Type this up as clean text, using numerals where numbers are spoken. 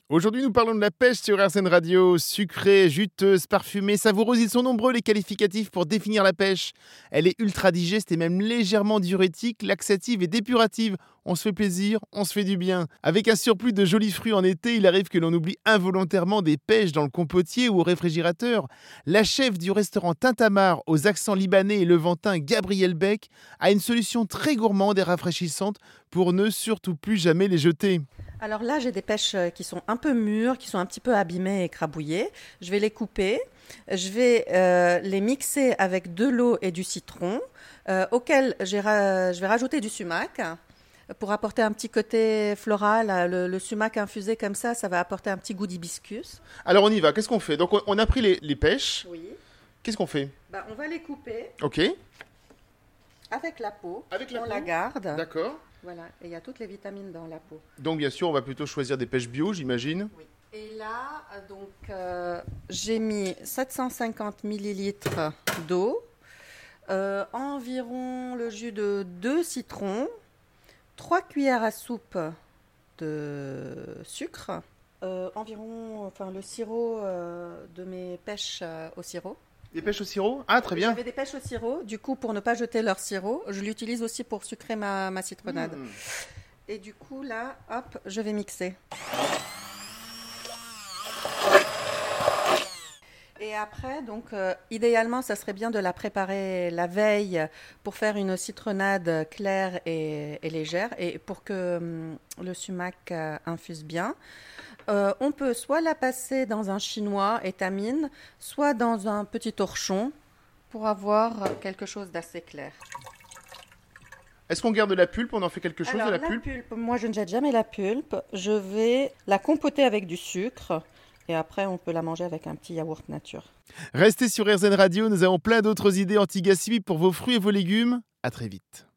Aujourd'hui, nous parlons de la pêche sur RCN Radio. Sucrée, juteuse, parfumée, savoureuse, ils sont nombreux les qualificatifs pour définir la pêche. Elle est ultra digeste et même légèrement diurétique, laxative et dépurative. On se fait plaisir, on se fait du bien. Avec un surplus de jolis fruits en été, il arrive que l'on oublie involontairement des pêches dans le compotier ou au réfrigérateur. La chef du restaurant Tintamarre aux accents libanais et levantins, Gabrielle Beck, a une solution très gourmande et rafraîchissante pour ne surtout plus jamais les jeter. Alors là, j'ai des pêches qui sont un peu mûres, qui sont un petit peu abîmées et écrabouillées. Je vais les couper. Je vais les mixer avec de l'eau et du citron, auquel je vais rajouter du sumac pour apporter un petit côté floral. Le sumac infusé comme ça va apporter un petit goût d'hibiscus. Alors on y va, qu'est-ce qu'on fait? Donc on a pris les pêches, Oui. qu'est-ce qu'on fait? On va les couper Ok, avec la peau. avec la On peau. la garde. D'accord. Voilà. Et il y a toutes les vitamines dans la peau. Donc bien sûr, on va plutôt choisir des pêches bio, j'imagine. Oui. Et là, j'ai mis 750 millilitres d'eau, environ le jus de 2 citrons, 3 cuillères à soupe de sucre, le sirop de mes pêches au sirop. Des pêches au sirop? Ah, très bien. J'avais des pêches au sirop, du coup, pour ne pas jeter leur sirop, je l'utilise aussi pour sucrer ma citronnade. Et du coup, là, hop, je vais mixer. Et après, idéalement, ça serait bien de la préparer la veille pour faire une citronnade claire et légère et pour que le sumac infuse bien. On peut soit la passer dans un chinois étamine, soit dans un petit torchon pour avoir quelque chose d'assez clair. Est-ce qu'on garde la pulpe? On en fait quelque chose Alors, de la pulpe? moi je ne jette jamais la pulpe. Je vais la compoter avec du sucre. Et après, on peut la manger avec un petit yaourt nature. Restez sur RZN Radio, nous avons plein d'autres idées anti-gaspi pour vos fruits et vos légumes. À très vite.